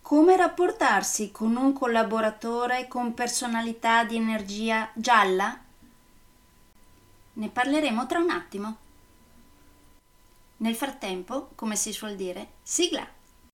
Come rapportarsi con un collaboratore con personalità di energia gialla? Ne parleremo tra un attimo. Nel frattempo, come si suol dire, sigla!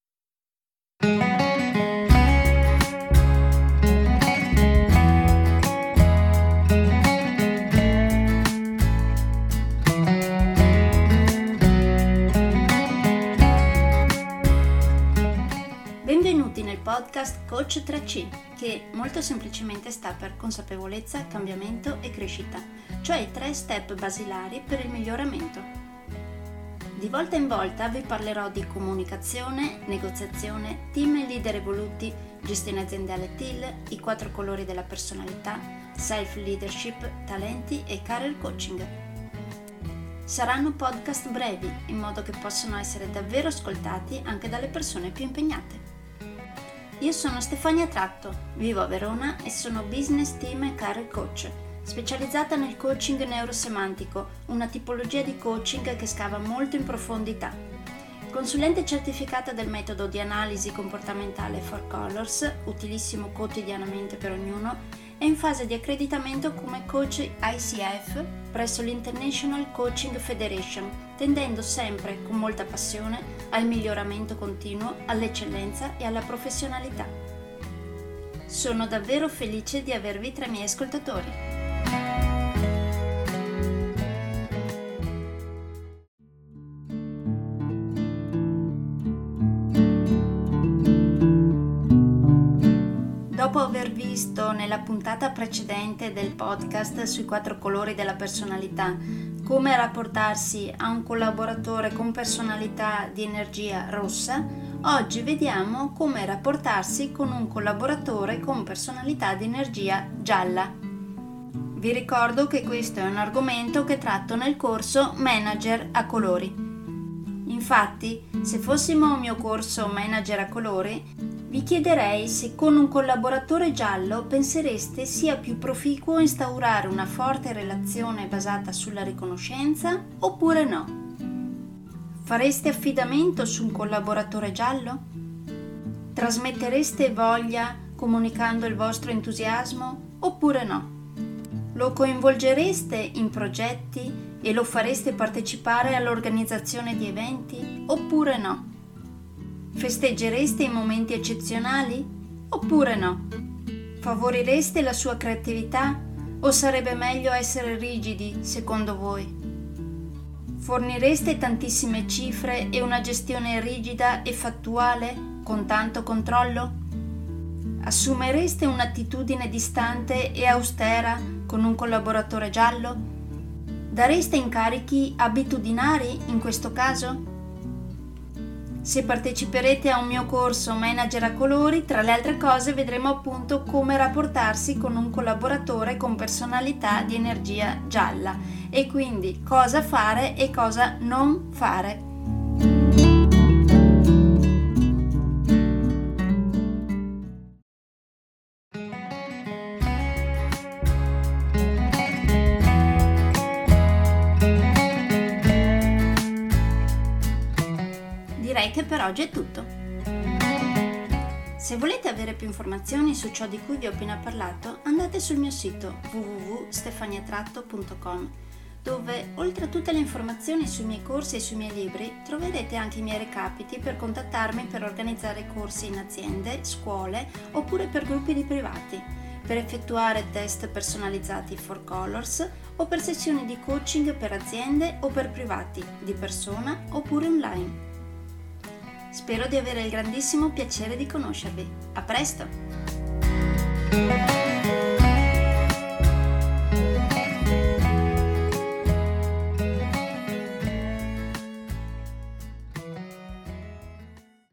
Benvenuti nel podcast Coach 3C, che molto semplicemente sta per consapevolezza, cambiamento e crescita, cioè i 3 step basilari per il miglioramento. Di volta in volta vi parlerò di comunicazione, negoziazione, team e leader evoluti, gestione aziendale TIL, i 4 colori della personalità, self-leadership, talenti e career coaching. Saranno podcast brevi, in modo che possano essere davvero ascoltati anche dalle persone più impegnate. Io sono Stefania Tratto, vivo a Verona e sono business team e career coach, specializzata nel coaching neurosemantico, una tipologia di coaching che scava molto in profondità. Consulente certificata del metodo di analisi comportamentale 4 Colors, utilissimo quotidianamente per ognuno, è in fase di accreditamento come coach ICF presso l'International Coaching Federation, tendendo sempre con molta passione al miglioramento continuo, all'eccellenza e alla professionalità. Sono davvero felice di avervi tra i miei ascoltatori. Dopo aver visto nella puntata precedente del podcast sui 4 colori della personalità come rapportarsi a un collaboratore con personalità di energia rossa, oggi vediamo come rapportarsi con un collaboratore con personalità di energia gialla. Vi ricordo che questo è un argomento che tratto nel corso Manager a colori. Infatti, se fossimo un mio corso Manager a colori, vi chiederei se con un collaboratore giallo pensereste sia più proficuo instaurare una forte relazione basata sulla riconoscenza oppure no. Fareste affidamento su un collaboratore giallo? Trasmettereste voglia comunicando il vostro entusiasmo oppure no? Lo coinvolgereste in progetti e lo fareste partecipare all'organizzazione di eventi oppure no? Festeggereste i momenti eccezionali oppure no? Favorireste la sua creatività o sarebbe meglio essere rigidi secondo voi? Fornireste tantissime cifre e una gestione rigida e fattuale con tanto controllo? Assumereste un'attitudine distante e austera con un collaboratore giallo? Dareste incarichi abitudinari in questo caso? Se parteciperete a un mio corso Manager a colori, tra le altre cose vedremo appunto come rapportarsi con un collaboratore con personalità di energia gialla e quindi cosa fare e cosa non fare. Direi che per oggi è tutto. Se volete avere più informazioni su ciò di cui vi ho appena parlato, andate sul mio sito www.stefaniatratto.com, dove oltre a tutte le informazioni sui miei corsi e sui miei libri troverete anche i miei recapiti per contattarmi per organizzare corsi in aziende, scuole oppure per gruppi di privati, per effettuare test personalizzati 4 Colors o per sessioni di coaching per aziende o per privati, di persona oppure online. Spero di avere il grandissimo piacere di conoscervi. A presto!